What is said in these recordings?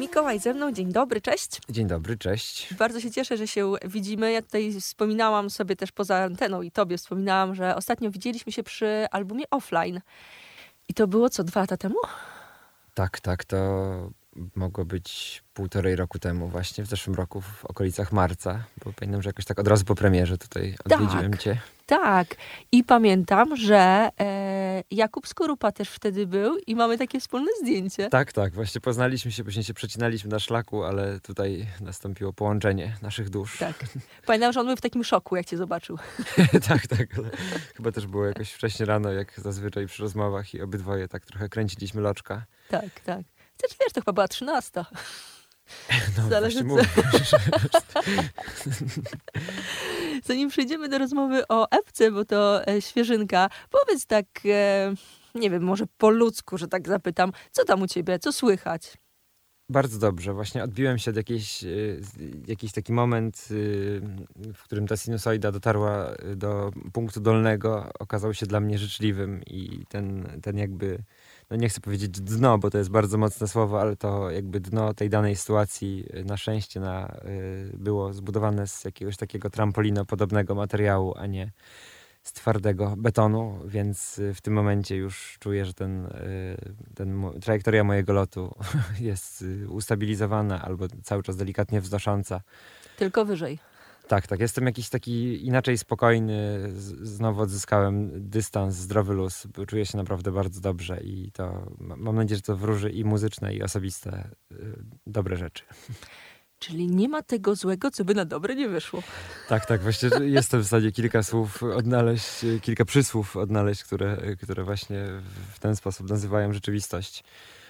Mikołaj ze mną. Dzień dobry, cześć. Dzień dobry, cześć. Bardzo się cieszę, że się widzimy. Ja tutaj wspominałam sobie też poza anteną i tobie wspominałam, że ostatnio widzieliśmy się przy albumie Offline. I to było co, 2 lata temu? Tak, to mogło być 1,5 roku temu właśnie, w zeszłym roku, w okolicach marca, bo pamiętam, że jakoś tak od razu po premierze tutaj odwiedziłem cię. Tak. I pamiętam, że Jakub Skorupa też wtedy był i mamy takie wspólne zdjęcie. Tak, właśnie poznaliśmy się, później się przecinaliśmy na szlaku, ale tutaj nastąpiło połączenie naszych dusz. Tak. Pamiętam, że on był w takim szoku, jak cię zobaczył. tak, ale chyba też było jakoś wcześnie rano, jak zazwyczaj przy rozmowach i obydwoje tak trochę kręciliśmy loczka. Tak. Znaczy, wiesz, to chyba była 13. No Zależy właśnie mówisz. Zanim przejdziemy do rozmowy o epce, bo to świeżynka, powiedz tak, nie wiem, może po ludzku, że tak zapytam, co tam u ciebie, co słychać? Bardzo dobrze. Właśnie odbiłem się od jakiś taki moment, w którym ta sinusoida dotarła do punktu dolnego, okazał się dla mnie życzliwym i ten jakby, no nie chcę powiedzieć dno, bo to jest bardzo mocne słowo, ale to jakby dno tej danej sytuacji na szczęście było zbudowane z jakiegoś takiego trampolinopodobnego materiału, a nie z twardego betonu, więc w tym momencie już czuję, że trajektoria mojego lotu jest ustabilizowana albo cały czas delikatnie wznosząca. Tylko wyżej. Tak. Jestem jakiś taki inaczej spokojny. Znowu odzyskałem dystans, zdrowy luz. Czuję się naprawdę bardzo dobrze i to mam nadzieję, że to wróży i muzyczne, i osobiste dobre rzeczy. Czyli nie ma tego złego, co by na dobre nie wyszło. Tak. Właśnie jestem w stanie kilka przysłów odnaleźć, które właśnie w ten sposób nazywają rzeczywistość.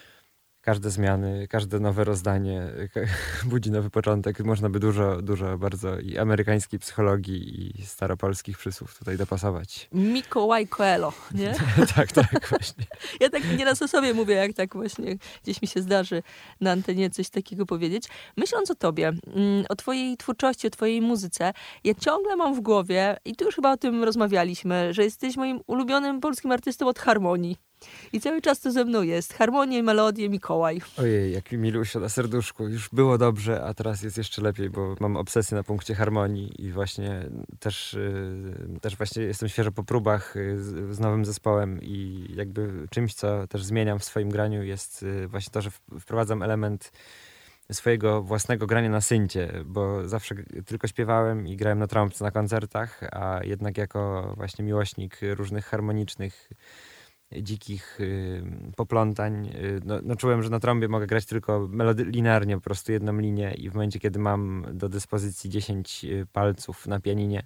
Każde zmiany, każde nowe rozdanie budzi nowy początek. Można by dużo bardzo i amerykańskiej psychologii, i staropolskich przysłów tutaj dopasować. Mikołaj Coelho, nie? tak, właśnie. Ja tak nieraz o sobie mówię, jak tak właśnie gdzieś mi się zdarzy na antenie coś takiego powiedzieć. Myśląc o tobie, o twojej twórczości, o twojej muzyce, ja ciągle mam w głowie, i tu już chyba o tym rozmawialiśmy, że jesteś moim ulubionym polskim artystą od harmonii. I cały czas to ze mną jest. Harmonie, melodie, Mikołaj. Ojej, jak milusio na serduszku. Już było dobrze, a teraz jest jeszcze lepiej, bo mam obsesję na punkcie harmonii i właśnie też właśnie jestem świeżo po próbach z nowym zespołem i jakby czymś, co też zmieniam w swoim graniu, jest właśnie to, że wprowadzam element swojego własnego grania na syncie, bo zawsze tylko śpiewałem i grałem na trąbce na koncertach, a jednak jako właśnie miłośnik różnych harmonicznych dzikich poplątań. No czułem, że na trąbie mogę grać tylko linearnie, po prostu jedną linię i w momencie, kiedy mam do dyspozycji 10 palców na pianinie,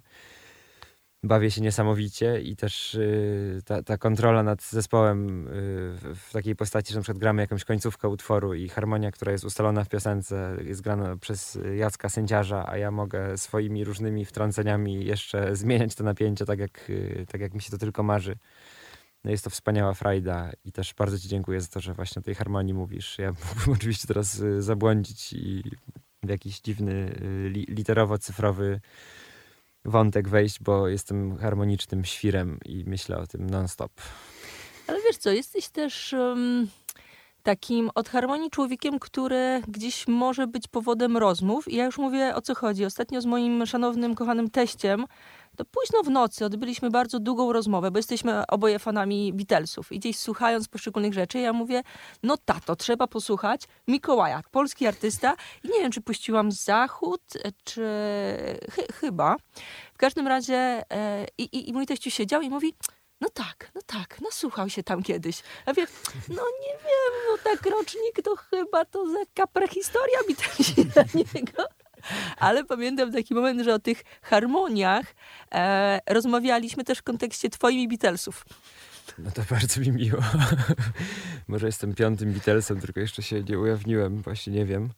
bawię się niesamowicie i też ta kontrola nad zespołem w takiej postaci, że na przykład gramy jakąś końcówkę utworu i harmonia, która jest ustalona w piosence, jest grana przez Jacka Sędziarza, a ja mogę swoimi różnymi wtrąceniami jeszcze zmieniać to napięcie tak jak mi się to tylko marzy. No jest to wspaniała frajda i też bardzo ci dziękuję za to, że właśnie o tej harmonii mówisz. Ja mógłbym oczywiście teraz zabłądzić i w jakiś dziwny, literowo-cyfrowy wątek wejść, bo jestem harmonicznym świrem i myślę o tym non-stop. Ale wiesz co, jesteś też takim od harmonii człowiekiem, który gdzieś może być powodem rozmów. I ja już mówię, o co chodzi. Ostatnio z moim szanownym, kochanym teściem to późno w nocy odbyliśmy bardzo długą rozmowę, bo jesteśmy oboje fanami Beatlesów. I gdzieś słuchając poszczególnych rzeczy, ja mówię, no tato, trzeba posłuchać Mikołaja, polski artysta. I nie wiem, czy puściłam Zachód, czy chyba. W każdym razie i mój teściu siedział i mówi, no tak, nasłuchał się tam kiedyś. Ja wiem, no nie wiem, no tak rocznik to chyba to taka prehistoria Beatlesi dla niego. Ale pamiętam taki moment, że o tych harmoniach rozmawialiśmy też w kontekście twoimi Beatlesów. No to bardzo mi miło. Może jestem 5. Beatlesem, tylko jeszcze się nie ujawniłem, właśnie nie wiem.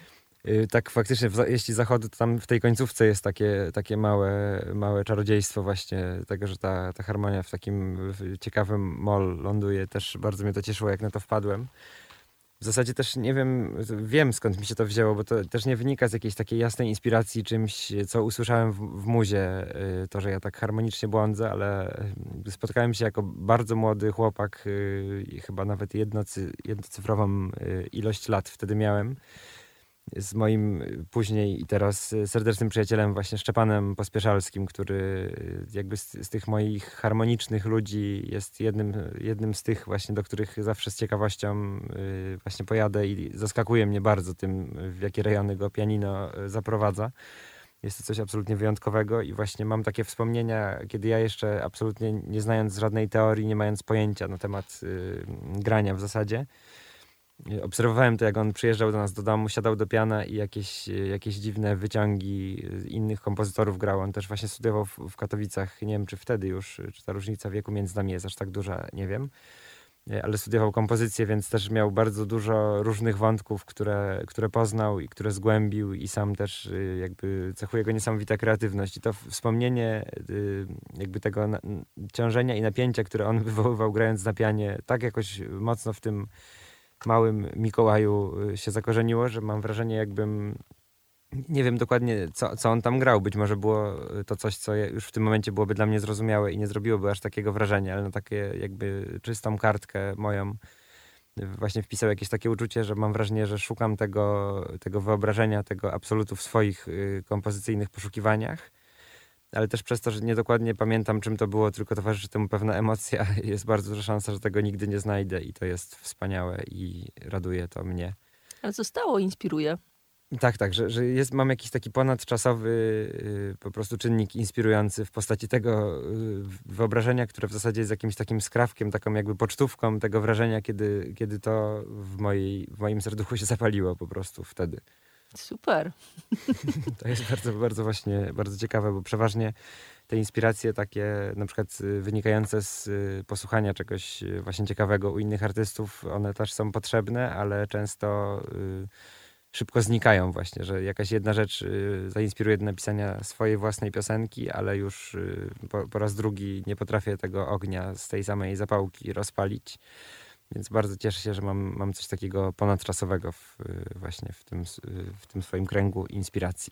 Tak faktycznie, jeśli Zachodu, to tam w tej końcówce jest takie małe czarodziejstwo właśnie tego, że ta harmonia w takim ciekawym moll ląduje. Też bardzo mnie to cieszyło, jak na to wpadłem. W zasadzie też nie wiem skąd mi się to wzięło, bo to też nie wynika z jakiejś takiej jasnej inspiracji czymś, co usłyszałem w muzie, to, że ja tak harmonicznie błądzę, ale spotkałem się jako bardzo młody chłopak, chyba nawet jednocyfrową ilość lat wtedy miałem, z moim później i teraz serdecznym przyjacielem właśnie Szczepanem Pospieszalskim, który jakby z tych moich harmonicznych ludzi jest jednym z tych właśnie, do których zawsze z ciekawością właśnie pojadę i zaskakuje mnie bardzo tym, w jakie rejony go pianino zaprowadza. Jest to coś absolutnie wyjątkowego i właśnie mam takie wspomnienia, kiedy ja jeszcze absolutnie nie znając żadnej teorii, nie mając pojęcia na temat grania w zasadzie, obserwowałem to, jak on przyjeżdżał do nas do domu, siadał do piana i jakieś dziwne wyciągi innych kompozytorów grał. On też właśnie studiował w Katowicach. Nie wiem, czy wtedy już, czy ta różnica wieku między nami jest aż tak duża, nie wiem. Ale studiował kompozycję, więc też miał bardzo dużo różnych wątków, które poznał i które zgłębił i sam też jakby cechuje go niesamowita kreatywność. I to wspomnienie jakby tego ciążenia i napięcia, które on wywoływał grając na pianie, tak jakoś mocno w tym małym Mikołaju się zakorzeniło, że mam wrażenie, jakbym nie wiem dokładnie, co on tam grał. Być może było to coś, co już w tym momencie byłoby dla mnie zrozumiałe i nie zrobiłoby aż takiego wrażenia, ale na takie jakby czystą kartkę moją właśnie wpisał jakieś takie uczucie, że mam wrażenie, że szukam tego wyobrażenia, tego absolutu w swoich kompozycyjnych poszukiwaniach. Ale też przez to, że niedokładnie pamiętam, czym to było, tylko towarzyszy temu pewna emocja, jest bardzo duża szansa, że tego nigdy nie znajdę i to jest wspaniałe i raduje to mnie. Ale co stało, inspiruje? Tak, że mam jakiś taki ponadczasowy po prostu czynnik inspirujący w postaci tego wyobrażenia, które w zasadzie jest jakimś takim skrawkiem, taką jakby pocztówką tego wrażenia, kiedy to w moim serduchu się zapaliło po prostu wtedy. Super. To jest bardzo, bardzo właśnie, bardzo ciekawe, bo przeważnie te inspiracje takie na przykład wynikające z posłuchania czegoś właśnie ciekawego u innych artystów, one też są potrzebne, ale często szybko znikają właśnie, że jakaś jedna rzecz zainspiruje do napisania swojej własnej piosenki, ale już po raz drugi nie potrafię tego ognia z tej samej zapałki rozpalić. Więc bardzo cieszę się, że mam coś takiego ponadczasowego właśnie w tym swoim kręgu inspiracji.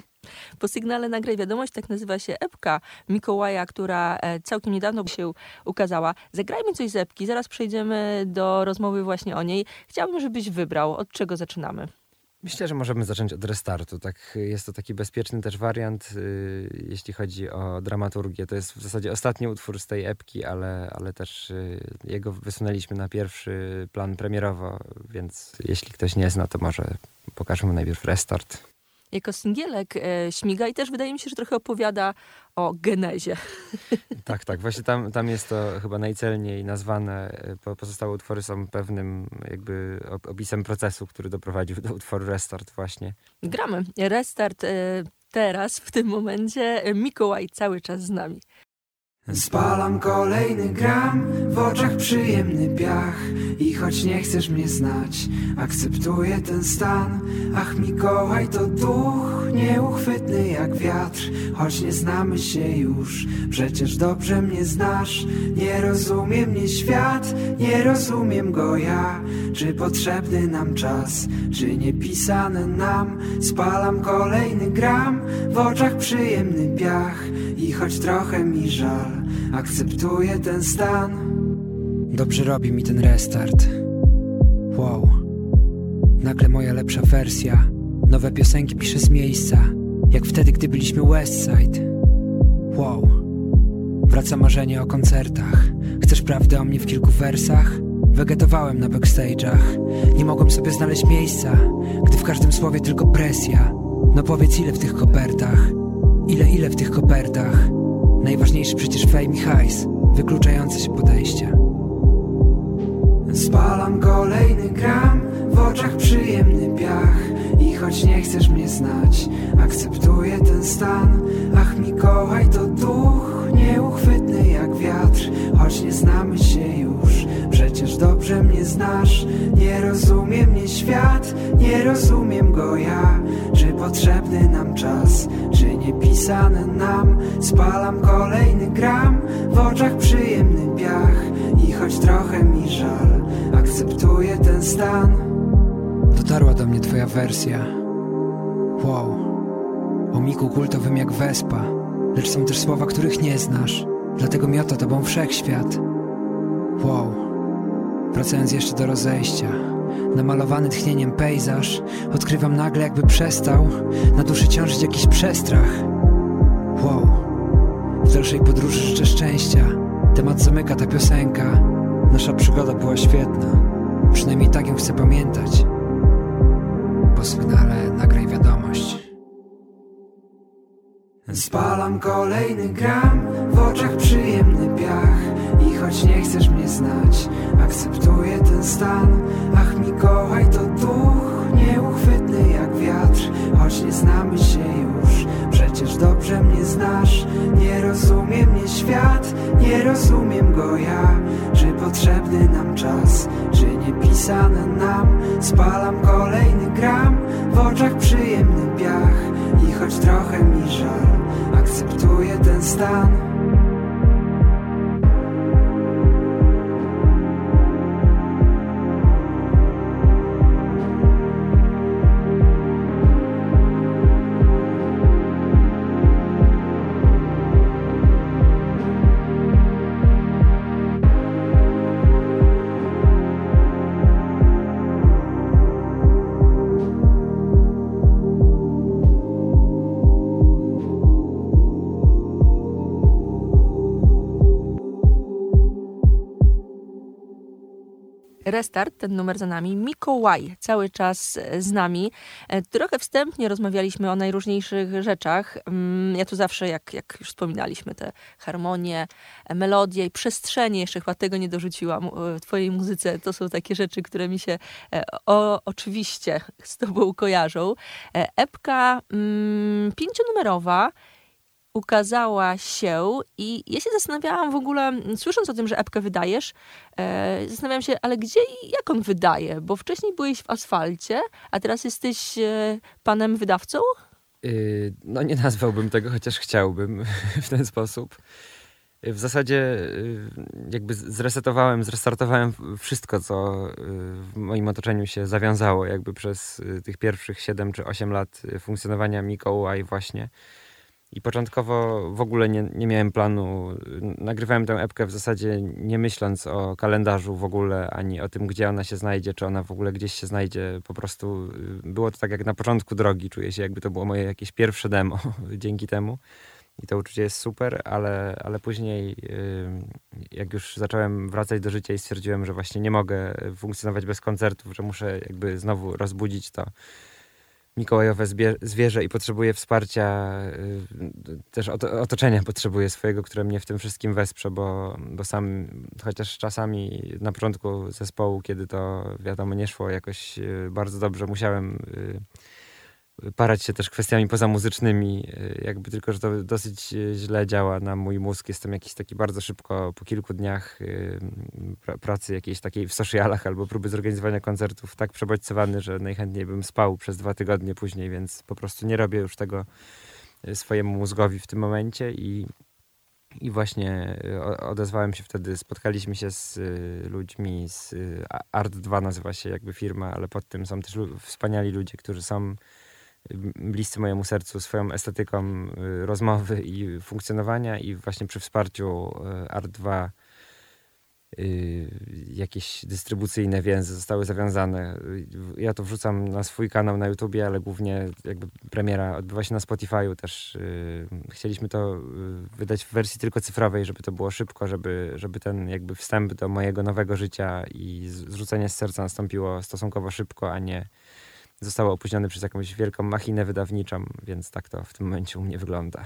Po sygnale Nagraj Wiadomość, tak nazywa się epka Mikołaja, która całkiem niedawno się ukazała. Zagrajmy coś z epki, zaraz przejdziemy do rozmowy właśnie o niej. Chciałabym, żebyś wybrał, od czego zaczynamy. Myślę, że możemy zacząć od restartu. Tak, jest to taki bezpieczny też wariant, jeśli chodzi o dramaturgię. To jest w zasadzie ostatni utwór z tej epki, ale też jego wysunęliśmy na pierwszy plan premierowo, więc jeśli ktoś nie zna, to może pokażmy najpierw restart. Jako singielek śmiga i też wydaje mi się, że trochę opowiada o genezie. Tak. Właśnie tam jest to chyba najcelniej nazwane. Pozostałe utwory są pewnym jakby opisem procesu, który doprowadził do utworu Restart właśnie. Gramy. Restart teraz, w tym momencie. Mikołaj cały czas z nami. Spalam kolejny gram, w oczach przyjemny piach i choć nie chcesz mnie znać, akceptuję ten stan. Ach, Mikołaj to duch, nieuchwytny jak wiatr, choć nie znamy się już, przecież dobrze mnie znasz. Nie rozumie mnie świat, nie rozumiem go ja, czy potrzebny nam czas, czy niepisane nam. Spalam kolejny gram, w oczach przyjemny piach i choć trochę mi żal, akceptuję ten stan. Dobrze robi mi ten restart. Wow. Nagle moja lepsza wersja. Nowe piosenki piszę z miejsca, jak wtedy, gdy byliśmy Westside. Wow. Wraca marzenie o koncertach. Chcesz prawdę o mnie w kilku wersach? Wegetowałem na backstage'ach. Nie mogłem sobie znaleźć miejsca, gdy w każdym słowie tylko presja. No powiedz, ile w tych kopertach? Ile w tych kopertach? Najważniejszy przecież fame i hajs, wykluczające się podejścia. Spalam kolejny gram, w oczach przyjemny piach i choć nie chcesz mnie znać, akceptuję ten stan. Ach, Mikołaj to duch, nieuchwytny jak wiatr, choć nie znamy się już, przecież dobrze mnie znasz. Nie rozumie mnie świat, świat, nie rozumiem go ja. Czy potrzebny nam czas, czy niepisane nam? Spalam kolejny gram, w oczach przyjemny piach. I choć trochę mi żal, akceptuję ten stan. Dotarła do mnie twoja wersja. Wow, o miku kultowym jak wespa. Lecz są też słowa, których nie znasz, dlatego miota tobą wszechświat. Wow, wracając jeszcze do rozejścia, namalowany tchnieniem pejzaż, odkrywam nagle, jakby przestał na duszy ciążyć jakiś przestrach. Wow, w dalszej podróży życzę szczęścia. Temat zamyka ta piosenka. Nasza przygoda była świetna, przynajmniej tak ją chcę pamiętać. Po sygnale nagraj wiadomość. Spalam kolejny gram, w oczach przyjemny piach. I choć nie chcesz mnie znać, akceptuję ten stan. Ach, Mikołaj to duch, nieuchwytny jak wiatr. Choć nie znamy się już, przecież dobrze mnie znasz. Nie rozumie mnie świat, nie rozumiem go ja. Czy potrzebny nam czas, czy niepisane nam? Spalam kolejny gram, w oczach przyjemny piach. I choć trochę mi żal, akceptuję ten stan. Restart, ten numer za nami. Mikołaj cały czas z nami. Trochę wstępnie rozmawialiśmy o najróżniejszych rzeczach. Ja tu zawsze, jak już wspominaliśmy, te harmonie, melodie i przestrzenie, jeszcze chyba tego nie dorzuciłam w twojej muzyce. To są takie rzeczy, które mi się oczywiście z tobą kojarzą. Epka 5-numerowa ukazała się i ja się zastanawiałam w ogóle, słysząc o tym, że epkę wydajesz, zastanawiałam się, ale gdzie i jak on wydaje? Bo wcześniej byłeś w Asfalcie, a teraz jesteś panem wydawcą? No nie nazwałbym tego, chociaż chciałbym w ten sposób. W zasadzie jakby zrestartowałem wszystko, co w moim otoczeniu się zawiązało jakby przez tych pierwszych 7 czy 8 lat funkcjonowania Mikołaj właśnie. I początkowo w ogóle nie miałem planu. Nagrywałem tę epkę w zasadzie nie myśląc o kalendarzu w ogóle, ani o tym, gdzie ona się znajdzie, czy ona w ogóle gdzieś się znajdzie. Po prostu było to tak jak na początku drogi. Czuję się, jakby to było moje jakieś pierwsze demo dzięki temu. I to uczucie jest super, ale później jak już zacząłem wracać do życia i stwierdziłem, że właśnie nie mogę funkcjonować bez koncertów, że muszę jakby znowu rozbudzić to mikołajowe zwierzę i potrzebuję wsparcia, też otoczenia potrzebuję swojego, które mnie w tym wszystkim wesprze, bo sam, chociaż czasami na początku zespołu, kiedy to wiadomo nie szło jakoś bardzo dobrze, musiałem parać się też kwestiami pozamuzycznymi, jakby tylko, że to dosyć źle działa na mój mózg. Jestem jakiś taki bardzo szybko, po kilku dniach pracy jakiejś takiej w socialach albo próby zorganizowania koncertów tak przebodźcowany, że najchętniej bym spał przez 2 tygodnie później, więc po prostu nie robię już tego swojemu mózgowi w tym momencie i właśnie odezwałem się wtedy, spotkaliśmy się z ludźmi z Art2 nazywa się jakby firma, ale pod tym są też wspaniali ludzie, którzy są bliscy mojemu sercu swoją estetyką rozmowy i funkcjonowania i właśnie przy wsparciu Art2 jakieś dystrybucyjne więzy zostały zawiązane. Ja to wrzucam na swój kanał na YouTubie, ale głównie jakby premiera odbywa się na Spotify'u też. Chcieliśmy to wydać w wersji tylko cyfrowej, żeby to było szybko, żeby ten jakby wstęp do mojego nowego życia i zrzucenie z serca nastąpiło stosunkowo szybko, a nie zostało opóźnione przez jakąś wielką machinę wydawniczą, więc tak to w tym momencie u mnie wygląda.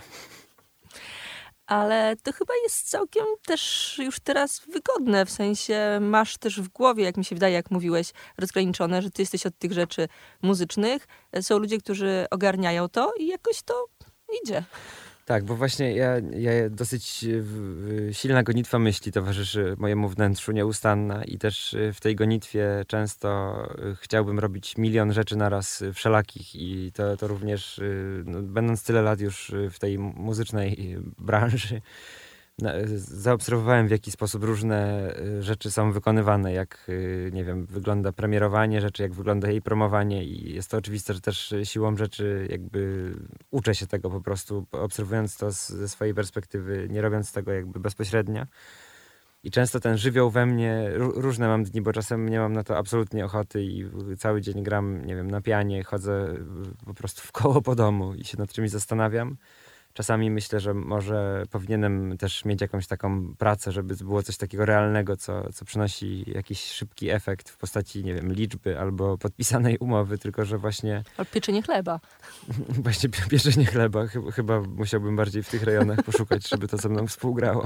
Ale to chyba jest całkiem też już teraz wygodne, w sensie masz też w głowie, jak mi się wydaje, jak mówiłeś, rozgraniczone, że ty jesteś od tych rzeczy muzycznych. Są ludzie, którzy ogarniają to i jakoś to idzie. Tak, bo właśnie ja dosyć silna gonitwa myśli towarzyszy mojemu wnętrzu, nieustanna i też w tej gonitwie często chciałbym robić milion rzeczy naraz wszelakich i to również, no, będąc tyle lat już w tej muzycznej branży, zaobserwowałem, w jaki sposób różne rzeczy są wykonywane, jak, nie wiem, wygląda premierowanie rzeczy, jak wygląda jej promowanie i jest to oczywiste, że też siłą rzeczy jakby uczę się tego po prostu, obserwując to ze swojej perspektywy, nie robiąc tego jakby bezpośrednio. I często ten żywioł we mnie, różne mam dni, bo czasem nie mam na to absolutnie ochoty i cały dzień gram, nie wiem, na pianie, chodzę po prostu w koło po domu i się nad czymś zastanawiam. Czasami myślę, że może powinienem też mieć jakąś taką pracę, żeby było coś takiego realnego, co przynosi jakiś szybki efekt w postaci, nie wiem, liczby albo podpisanej umowy, tylko że właśnie... Albo pieczenie chleba. Właśnie pieczenie chleba. Chyba musiałbym bardziej w tych rejonach poszukać, żeby to ze mną współgrało.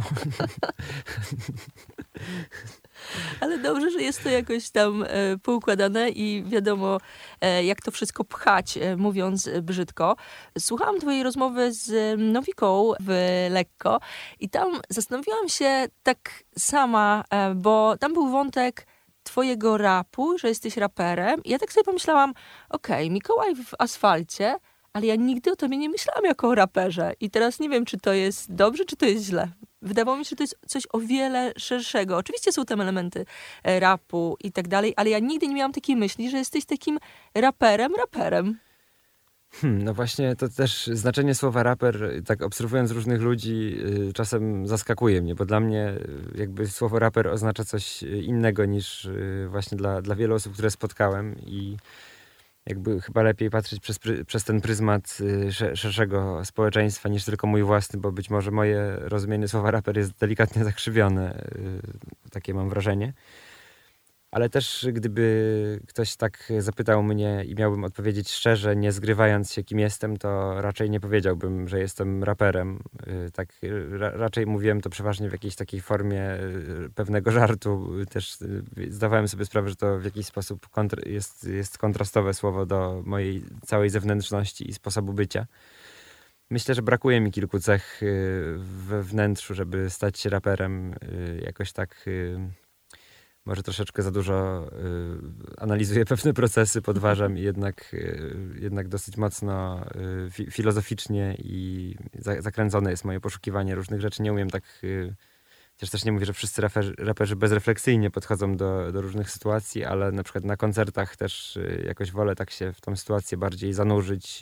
Ale dobrze, że jest to jakoś tam poukładane i wiadomo, jak to wszystko pchać, mówiąc brzydko. Słuchałam twojej rozmowy z Nowiką w Lekko i tam zastanowiłam się tak sama, bo tam był wątek twojego rapu, że jesteś raperem. I ja tak sobie pomyślałam, okej, Mikołaj w Asfalcie, ale ja nigdy o tobie nie myślałam jako o raperze. I teraz nie wiem, czy to jest dobrze, czy to jest źle. Wydawało mi się, że to jest coś o wiele szerszego. Oczywiście są tam elementy rapu i tak dalej, ale ja nigdy nie miałam takiej myśli, że jesteś takim raperem. No właśnie, to też znaczenie słowa raper, tak obserwując różnych ludzi, czasem zaskakuje mnie, bo dla mnie jakby słowo raper oznacza coś innego niż właśnie dla wielu osób, które spotkałem i jakby chyba lepiej patrzeć przez ten pryzmat szerszego społeczeństwa niż tylko mój własny, bo być może moje rozumienie słowa raper jest delikatnie zakrzywione. Takie mam wrażenie. Ale też gdyby ktoś tak zapytał mnie i miałbym odpowiedzieć szczerze, nie zgrywając się kim jestem, to raczej nie powiedziałbym, że jestem raperem. Tak, raczej mówiłem to przeważnie w jakiejś takiej formie pewnego żartu. Też zdawałem sobie sprawę, że to w jakiś sposób jest kontrastowe słowo do mojej całej zewnętrzności i sposobu bycia. Myślę, że brakuje mi kilku cech we wnętrzu, żeby stać się raperem. Jakoś tak... Może troszeczkę za dużo analizuję pewne procesy, podważam i jednak dosyć mocno filozoficznie i zakręcone jest moje poszukiwanie różnych rzeczy. Nie umiem tak, chociaż też nie mówię, że wszyscy raperzy bezrefleksyjnie podchodzą do różnych sytuacji, ale na przykład na koncertach też jakoś wolę tak się w tą sytuację bardziej zanurzyć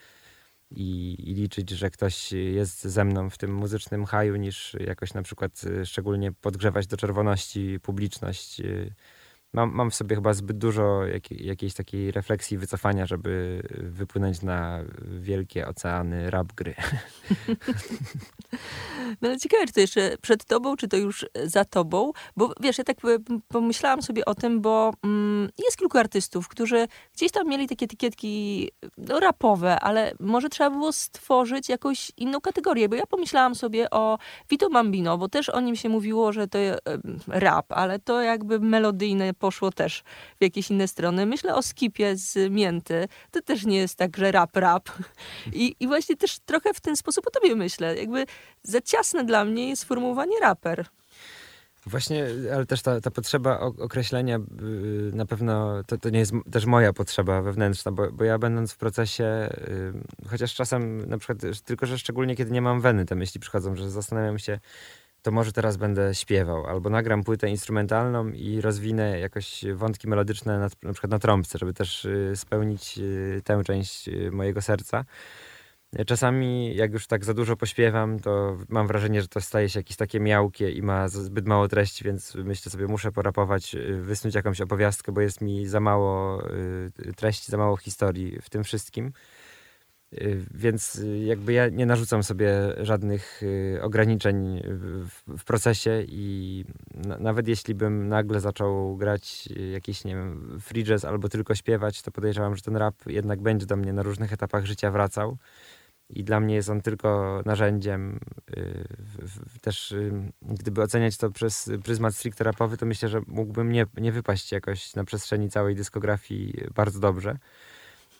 i liczyć, że ktoś jest ze mną w tym muzycznym haju, niż jakoś na przykład szczególnie podgrzewać do czerwoności publiczność. Mam w sobie chyba zbyt dużo jakiejś takiej refleksji, wycofania, żeby wypłynąć na wielkie oceany rap gry. No ale ciekawe, czy to jeszcze przed tobą, czy to już za tobą, bo wiesz, ja tak pomyślałam sobie o tym, bo jest kilku artystów, którzy gdzieś tam mieli takie etykietki no, rapowe, ale może trzeba było stworzyć jakąś inną kategorię, bo ja pomyślałam sobie o Vito Bambino, bo też o nim się mówiło, że to rap, ale to jakby melodyjne poszło też w jakieś inne strony. Myślę o Skipie z Mięty, to też nie jest tak, że rap. I właśnie też trochę w ten sposób o tobie myślę, jakby za ciasne dla mnie jest sformułowanie raper. Właśnie, ale też ta potrzeba określenia na pewno, to nie jest też moja potrzeba wewnętrzna, bo ja będąc w procesie, chociaż czasem na przykład, tylko że szczególnie kiedy nie mam weny, te myśli przychodzą, że zastanawiam się, to może teraz będę śpiewał, albo nagram płytę instrumentalną i rozwinę jakoś wątki melodyczne na przykład na trąbce, żeby też spełnić tę część mojego serca. Czasami jak już tak za dużo pośpiewam, to mam wrażenie, że to staje się jakieś takie miałkie i ma zbyt mało treści, więc myślę sobie, muszę porapować, wysnuć jakąś opowiastkę, bo jest mi za mało treści, za mało historii w tym wszystkim. Więc jakby ja nie narzucam sobie żadnych ograniczeń w procesie i nawet jeśli bym nagle zaczął grać jakiś, nie wiem, free jazz albo tylko śpiewać, to podejrzewam, że ten rap jednak będzie do mnie na różnych etapach życia wracał. I dla mnie jest on tylko narzędziem. Też gdyby oceniać to przez pryzmat stricte rapowy, to myślę, że mógłbym nie wypaść jakoś na przestrzeni całej dyskografii bardzo dobrze.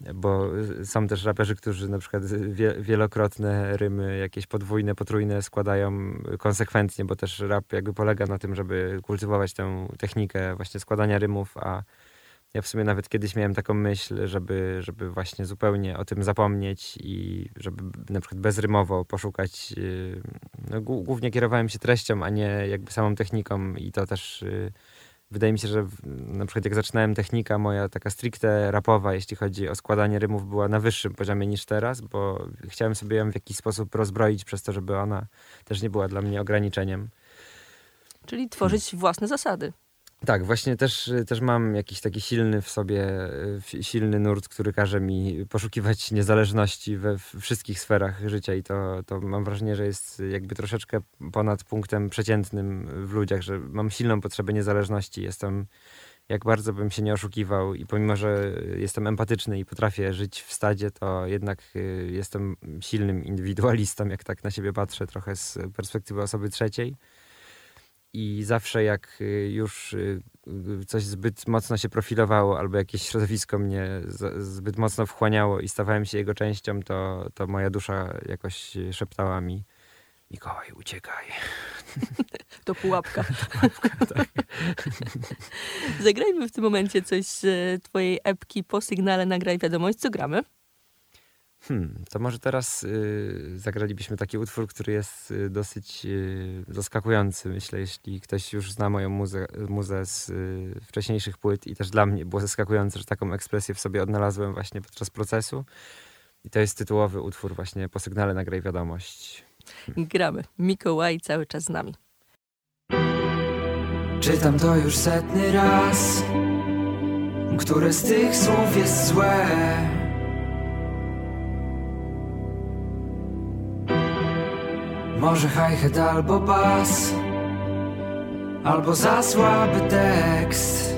bo są też raperzy, którzy na przykład wielokrotne rymy, jakieś podwójne, potrójne składają konsekwentnie, bo też rap jakby polega na tym, żeby kultywować tę technikę właśnie składania rymów, a ja w sumie nawet kiedyś miałem taką myśl, żeby właśnie zupełnie o tym zapomnieć i żeby na przykład bezrymowo poszukać, no, głównie kierowałem się treścią, a nie jakby samą techniką i to też wydaje mi się, że na przykład jak zaczynałem technika moja taka stricte rapowa, jeśli chodzi o składanie rymów, była na wyższym poziomie niż teraz, bo chciałem sobie ją w jakiś sposób rozbroić przez to, żeby ona też nie była dla mnie ograniczeniem. Czyli tworzyć własne zasady. Tak, właśnie też mam jakiś taki silny w sobie, silny nurt, który każe mi poszukiwać niezależności we wszystkich sferach życia i to mam wrażenie, że jest jakby troszeczkę ponad punktem przeciętnym w ludziach, że mam silną potrzebę niezależności. Jestem, jak bardzo bym się nie oszukiwał i pomimo, że jestem empatyczny i potrafię żyć w stadzie, to jednak jestem silnym indywidualistą, jak tak na siebie patrzę trochę z perspektywy osoby trzeciej. I zawsze jak już coś zbyt mocno się profilowało albo jakieś środowisko mnie zbyt mocno wchłaniało i stawałem się jego częścią, to moja dusza jakoś szeptała mi: Mikołaj, uciekaj. To pułapka. Tak. Zagrajmy w tym momencie coś z twojej epki Po sygnale nagraj wiadomość. Co gramy? To może teraz zagralibyśmy taki utwór, który jest dosyć zaskakujący, myślę, jeśli ktoś już zna moją muzę z wcześniejszych płyt i też dla mnie było zaskakujące, że taką ekspresję w sobie odnalazłem właśnie podczas procesu. I to jest tytułowy utwór właśnie Po sygnale nagraj wiadomość. Gramy. Mikołaj cały czas z nami. Czytam to już 100 raz, które z tych słów jest złe. Może hi-hat albo bas, albo za słaby tekst.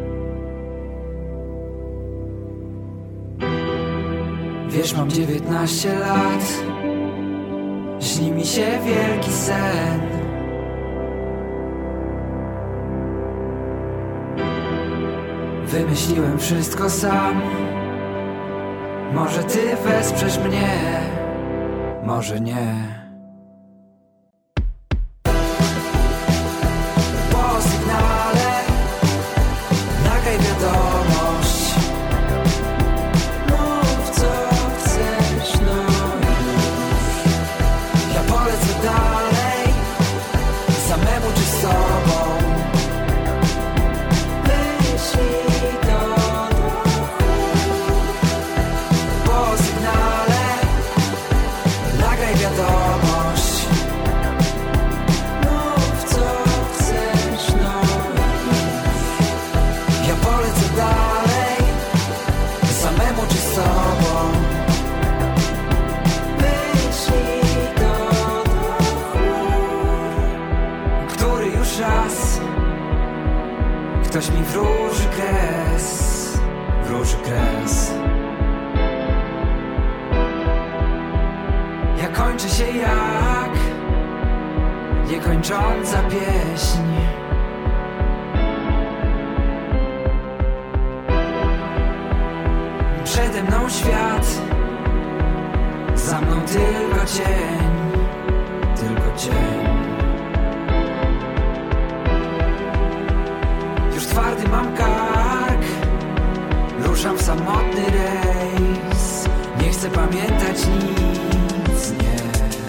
Wiesz, mam 19 lat, śni mi się wielki sen. Wymyśliłem wszystko sam. Może ty wesprzesz mnie, może nie. Po sygnale nagraj wiadomość. Mów co chcesz, no już. Ja polecę dalej, samemu czy z tobą. Myśli do duchu. Po sygnale nagraj wiadomość. Mów co chcesz, no już. Ja polecę dalej, samemu czy z tobą. Myśli do duchu. Który już raz ktoś mi wróży kres, wróży kres. Ja kończę się jak niekończąca pieśń. Przede mną świat, za mną tylko cień, tylko cień. Już twardy mam kark, ruszam w samotny rejs. Nie chcę pamiętać nic, nie.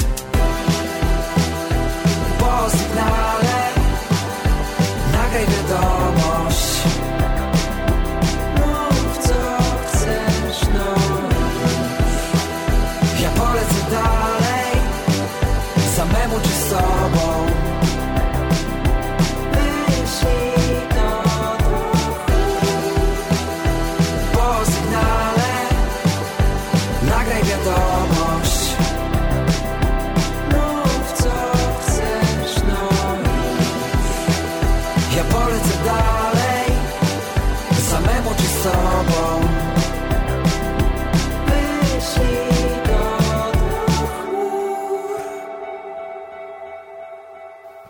Po sygnale nagraj wiadomość. Mów co chcesz, no już. Ja polecę dalej, samemu czy z tobą. Myśli do duchu. Po sygnale nagraj wiadomość.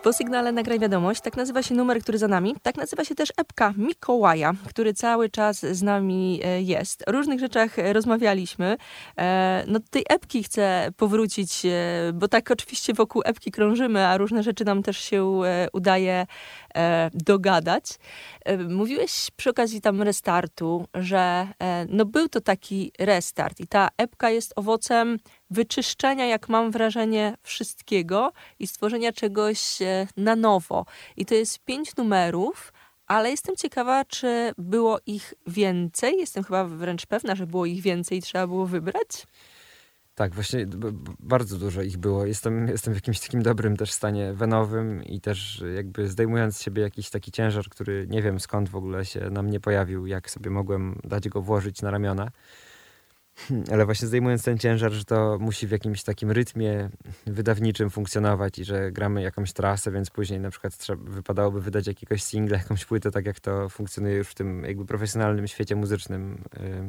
Po sygnale nagraj wiadomość. Tak nazywa się numer, który za nami. Tak nazywa się też epka Mikołaja, który cały czas z nami jest. O różnych rzeczach rozmawialiśmy. No do tej epki chcę powrócić, bo tak oczywiście wokół epki krążymy, a różne rzeczy nam też się udaje dogadać. Mówiłeś przy okazji tam restartu, że no był to taki restart i ta epka jest owocem wyczyszczenia, jak mam wrażenie, wszystkiego i stworzenia czegoś na nowo. I to jest 5 numerów, ale jestem ciekawa, czy było ich więcej. Jestem chyba wręcz pewna, że było ich więcej i trzeba było wybrać. Tak, właśnie bardzo dużo ich było. Jestem w jakimś takim dobrym też stanie wenowym i też jakby zdejmując z siebie jakiś taki ciężar, który nie wiem skąd w ogóle się na mnie pojawił, jak sobie mogłem dać go włożyć na ramiona. Ale właśnie zdejmując ten ciężar, że to musi w jakimś takim rytmie wydawniczym funkcjonować i że gramy jakąś trasę, więc później na przykład wypadałoby wydać jakiegoś singla, jakąś płytę, tak jak to funkcjonuje już w tym jakby profesjonalnym świecie muzycznym.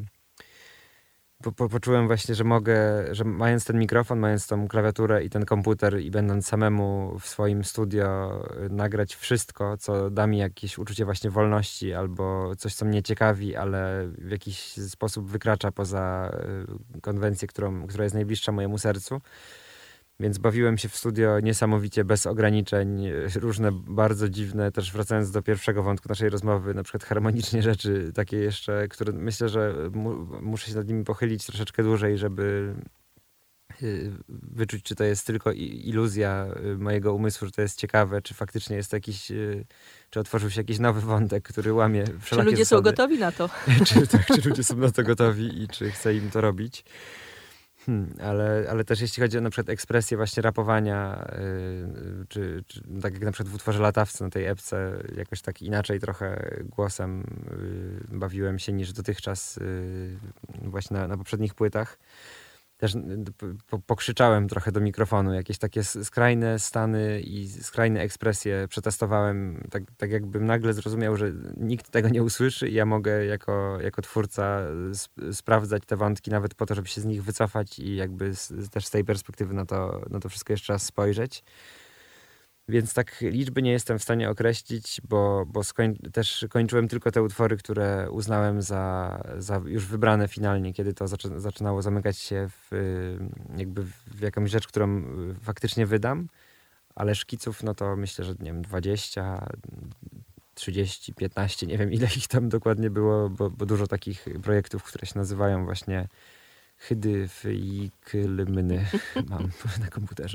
Poczułem właśnie, że mogę, że mając ten mikrofon, mając tą klawiaturę i ten komputer i będąc samemu w swoim studio nagrać wszystko, co da mi jakieś uczucie właśnie wolności albo coś, co mnie ciekawi, ale w jakiś sposób wykracza poza konwencję, która jest najbliższa mojemu sercu. Więc bawiłem się w studio niesamowicie, bez ograniczeń, różne bardzo dziwne, też wracając do pierwszego wątku naszej rozmowy, na przykład harmonicznie rzeczy takie jeszcze, które myślę, że muszę się nad nimi pochylić troszeczkę dłużej, żeby wyczuć, czy to jest tylko iluzja mojego umysłu, że to jest ciekawe, czy faktycznie jest jakiś, czy otworzył się jakiś nowy wątek, który łamie wszelakie Czy ludzie zasady. są gotowi na to? Czy ludzie są na to gotowi i czy chce im to robić. Ale też jeśli chodzi o na przykład ekspresję właśnie rapowania, czy tak jak na przykład w utworze Latawcy na tej epce, jakoś tak inaczej trochę głosem bawiłem się niż dotychczas właśnie na poprzednich płytach. Też pokrzyczałem trochę do mikrofonu, jakieś takie skrajne stany i skrajne ekspresje przetestowałem, tak jakbym nagle zrozumiał, że nikt tego nie usłyszy i ja mogę jako twórca sprawdzać te wątki nawet po to, żeby się z nich wycofać i jakby też z tej perspektywy na to wszystko jeszcze raz spojrzeć. Więc tak liczby nie jestem w stanie określić, bo też kończyłem tylko te utwory, które uznałem za już wybrane finalnie, kiedy to zaczynało zamykać się w jakąś rzecz, którą faktycznie wydam. Ale szkiców, no to myślę, że nie wiem, 20, 30, 15, nie wiem ile ich tam dokładnie było, bo dużo takich projektów, które się nazywają właśnie Hydy, Fylmny mam na komputerze.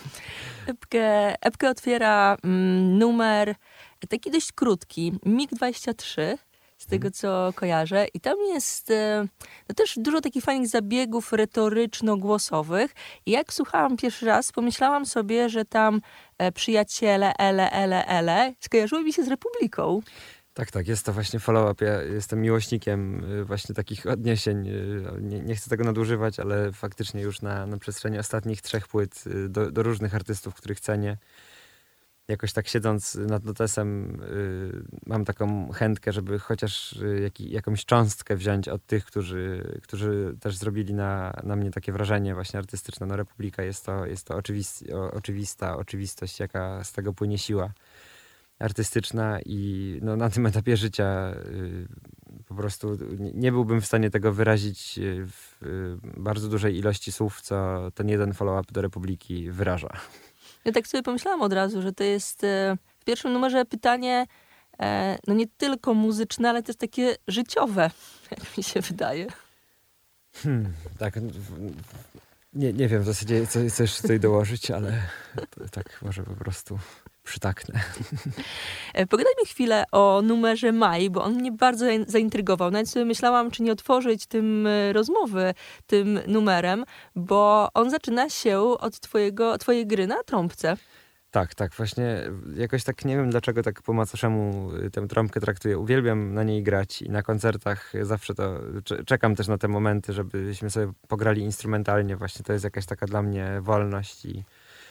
Epkę otwiera numer taki dość krótki, MiG-23, z tego co kojarzę. I tam jest no też dużo takich fajnych zabiegów retoryczno-głosowych. I jak słuchałam pierwszy raz, pomyślałam sobie, że tam przyjaciele, ele, skojarzyły mi się z Republiką. Tak, jest to właśnie follow-up. Ja jestem miłośnikiem właśnie takich odniesień. Nie chcę tego nadużywać, ale faktycznie już na przestrzeni ostatnich 3 płyt do różnych artystów, których cenię. Jakoś tak siedząc nad notesem mam taką chętkę, żeby chociaż jakąś cząstkę wziąć od tych, którzy też zrobili na mnie takie wrażenie właśnie artystyczne. No Republika jest to oczywistość, jaka z tego płynie siła artystyczna i no, na tym etapie życia po prostu nie byłbym w stanie tego wyrazić w bardzo dużej ilości słów, co ten jeden follow-up do Republiki wyraża. Ja tak sobie pomyślałam od razu, że to jest w pierwszym numerze pytanie no nie tylko muzyczne, ale też takie życiowe, jak mi się wydaje. Tak, nie wiem w zasadzie, co jeszcze tutaj dołożyć, ale tak może po prostu przytaknę. Pogadajmy chwilę o numerze Maj, bo on mnie bardzo zaintrygował. Nawet sobie myślałam, czy nie otworzyć tym rozmowy tym numerem, bo on zaczyna się od twojej gry na trąbce. Tak, właśnie jakoś tak nie wiem dlaczego tak po macoszemu tę trąbkę traktuję. Uwielbiam na niej grać i na koncertach zawsze to czekam też na te momenty, żebyśmy sobie pograli instrumentalnie. Właśnie to jest jakaś taka dla mnie wolność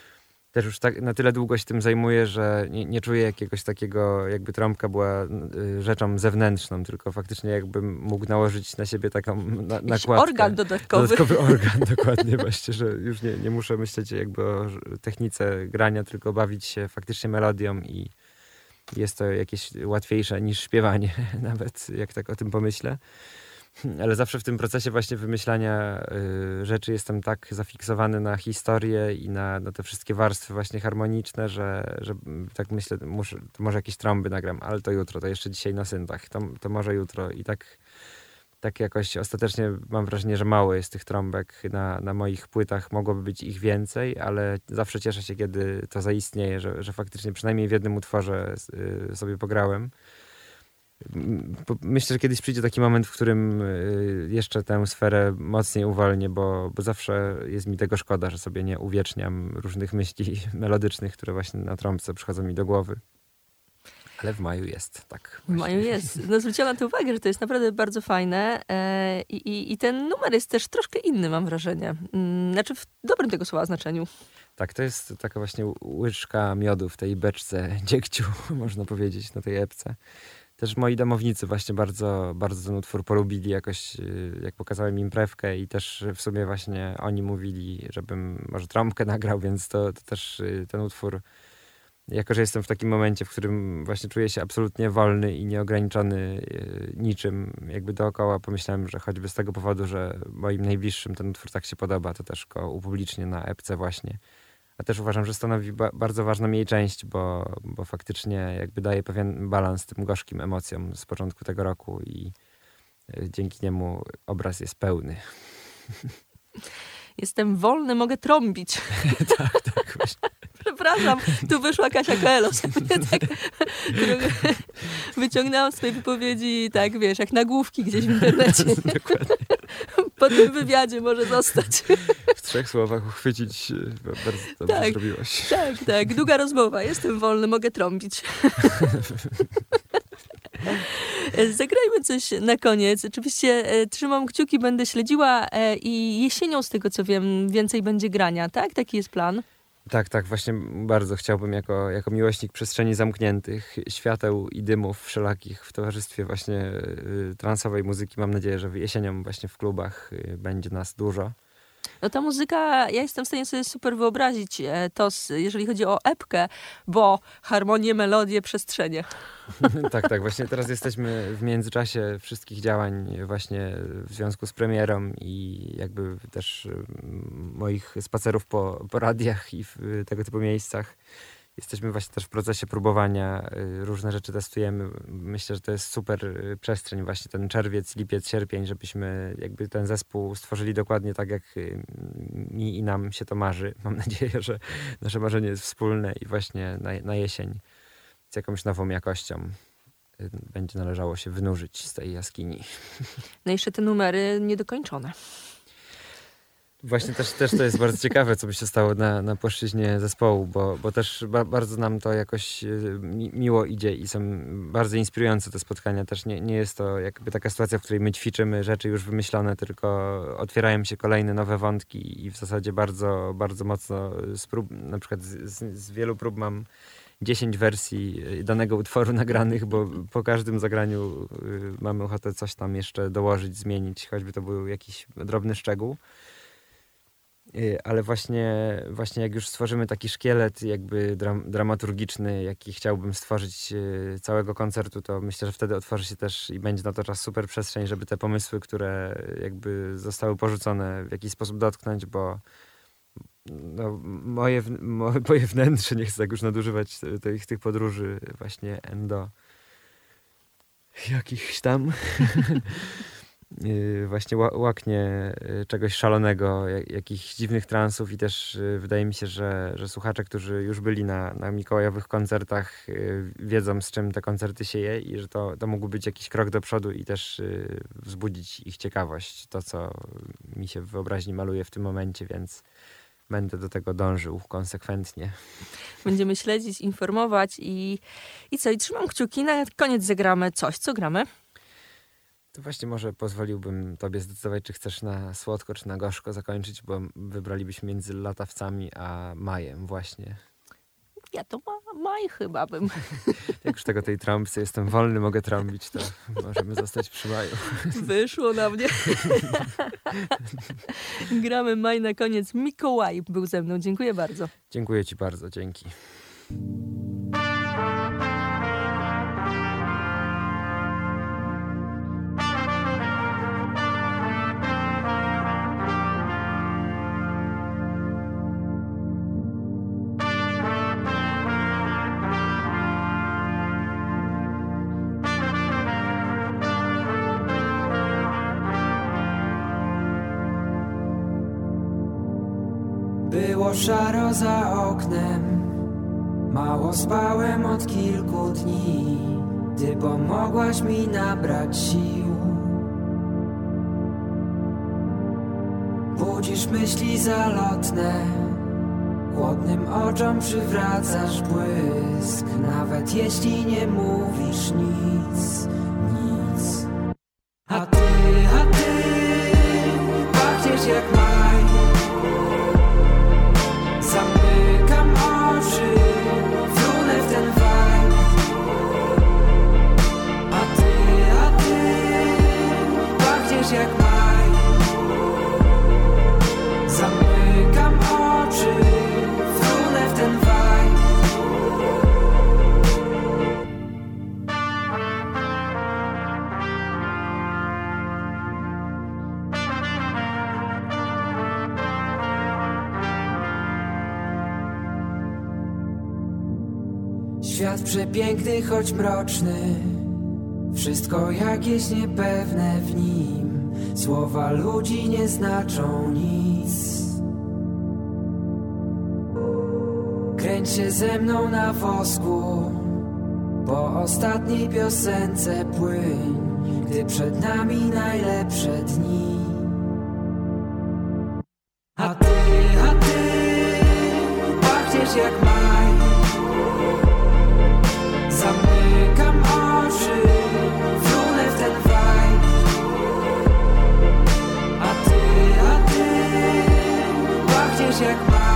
też już tak na tyle długo się tym zajmuję, że nie czuję jakiegoś takiego, jakby trąbka była rzeczą zewnętrzną, tylko faktycznie jakbym mógł nałożyć na siebie taką nakładkę. Organ dodatkowy. Dodatkowy organ, dokładnie. Właśnie, że już nie muszę myśleć jakby o technice grania, tylko bawić się faktycznie melodią i jest to jakieś łatwiejsze niż śpiewanie, nawet jak tak o tym pomyślę. Ale zawsze w tym procesie właśnie wymyślania rzeczy jestem tak zafiksowany na historię i na te wszystkie warstwy właśnie harmoniczne, że tak myślę, to może jakieś trąby nagram, ale to jutro, to jeszcze dzisiaj na syntach, to może jutro i tak jakoś ostatecznie mam wrażenie, że mało jest tych trąbek na moich płytach, mogłoby być ich więcej, ale zawsze cieszę się, kiedy to zaistnieje, że faktycznie przynajmniej w jednym utworze sobie pograłem. Myślę, że kiedyś przyjdzie taki moment, w którym jeszcze tę sferę mocniej uwolnię, bo zawsze jest mi tego szkoda, że sobie nie uwieczniam różnych myśli melodycznych, które właśnie na trąbce przychodzą mi do głowy. Ale w maju jest, tak. W maju jest. No zwróciłam na to uwagę, że to jest naprawdę bardzo fajne i ten numer jest też troszkę inny, mam wrażenie. Znaczy w dobrym tego słowa znaczeniu. Tak, to jest taka właśnie łyżka miodu w tej beczce dziegciu, można powiedzieć, na tej epce. Też moi domownicy właśnie bardzo, bardzo ten utwór polubili jakoś, jak pokazałem im prewkę i też w sumie właśnie oni mówili, żebym może trąbkę nagrał, więc to też ten utwór, jako że jestem w takim momencie, w którym właśnie czuję się absolutnie wolny i nieograniczony niczym jakby dookoła, pomyślałem, że choćby z tego powodu, że moim najbliższym ten utwór tak się podoba, to też go upublicznię na epce właśnie. A też uważam, że stanowi bardzo ważną jej część, bo faktycznie jakby daje pewien balans tym gorzkim emocjom z początku tego roku i dzięki niemu obraz jest pełny. Jestem wolny, mogę trąbić. tak, właśnie. Przepraszam, tu wyszła Kasia Coelho. Tak, wyciągnęłam z tej wypowiedzi, tak wiesz, jak nagłówki gdzieś w internecie. Dokładnie. Po tym wywiadzie może zostać. W 3 słowach uchwycić, bardzo dobrze zrobiłaś. Tak, długa rozmowa. Jestem wolny, mogę trąbić. Zagrajmy coś na koniec. Oczywiście trzymam kciuki, będę śledziła i jesienią, z tego co wiem, więcej będzie grania, tak? Taki jest plan. Tak, właśnie bardzo chciałbym jako miłośnik przestrzeni zamkniętych, świateł i dymów wszelakich w towarzystwie właśnie transowej muzyki. Mam nadzieję, że jesienią właśnie w klubach będzie nas dużo. No ta muzyka, ja jestem w stanie sobie super wyobrazić to, jeżeli chodzi o epkę, bo harmonię, melodię, przestrzenie. Tak, właśnie teraz jesteśmy w międzyczasie wszystkich działań właśnie w związku z premierą i jakby też moich spacerów po radiach i w tego typu miejscach. Jesteśmy właśnie też w procesie próbowania, różne rzeczy testujemy. Myślę, że to jest super przestrzeń, właśnie ten czerwiec, lipiec, sierpień, żebyśmy jakby ten zespół stworzyli dokładnie tak, jak mi i nam się to marzy. Mam nadzieję, że nasze marzenie jest wspólne i właśnie na jesień z jakąś nową jakością będzie należało się wynurzyć z tej jaskini. No i jeszcze te numery niedokończone. Właśnie też to jest bardzo ciekawe, co by się stało na płaszczyźnie zespołu, bo też bardzo nam to jakoś miło idzie i są bardzo inspirujące te spotkania. Też nie jest to jakby taka sytuacja, w której my ćwiczymy rzeczy już wymyślone, tylko otwierają się kolejne nowe wątki i w zasadzie bardzo, bardzo mocno na przykład z wielu prób mam 10 wersji danego utworu nagranych, bo po każdym zagraniu mamy ochotę coś tam jeszcze dołożyć, zmienić, choćby to był jakiś drobny szczegół. Ale właśnie jak już stworzymy taki szkielet jakby dramaturgiczny, jaki chciałbym stworzyć całego koncertu, to myślę, że wtedy otworzy się też i będzie na to czas super przestrzeń, żeby te pomysły, które jakby zostały porzucone, w jakiś sposób dotknąć, bo no, moje wnętrze, nie chcę tak już nadużywać tych podróży właśnie endo jakichś tam właśnie łaknie czegoś szalonego, jakichś dziwnych transów i też wydaje mi się, że słuchacze, którzy już byli na mikołajowych koncertach, wiedzą, z czym te koncerty się je i że to mógł być jakiś krok do przodu i też wzbudzić ich ciekawość, to co mi się w wyobraźni maluje w tym momencie, więc będę do tego dążył konsekwentnie. Będziemy śledzić, informować i co? I trzymam kciuki. Na koniec zagramy coś. Co gramy? To właśnie może pozwoliłbym tobie zdecydować, czy chcesz na słodko, czy na gorzko zakończyć, bo wybralibyśmy między latawcami a majem właśnie. Ja to maj chyba bym. Jak już tego tej trąbce jestem wolny, mogę trąbić, to możemy zostać przy maju. Wyszło na mnie. Gramy maj na koniec. Mikołaj był ze mną. Dziękuję bardzo. Dziękuję ci bardzo, dzięki. Było szaro za oknem, mało spałem od kilku dni. Ty pomogłaś mi nabrać sił. Budzisz myśli zalotne, chłodnym oczom przywracasz błysk. Nawet jeśli nie mówisz nic, nic. A ty pachniesz jak maj. Zamykam oczy, wrunę w ten vibe. A ty pachniesz jak maj. Zamykam oczy, wrunę w ten vibe. Świat przepiękny, choć mroczny, wszystko jakieś niepewne w nim. Słowa ludzi nie znaczą nic. Kręć się ze mną na wosku, po ostatniej piosence płyń, gdy przed nami najlepsze dni. A ty pachniesz jak maj. Zamykam oczy, wrunę w ten vibe. A ty pachniesz jak maj.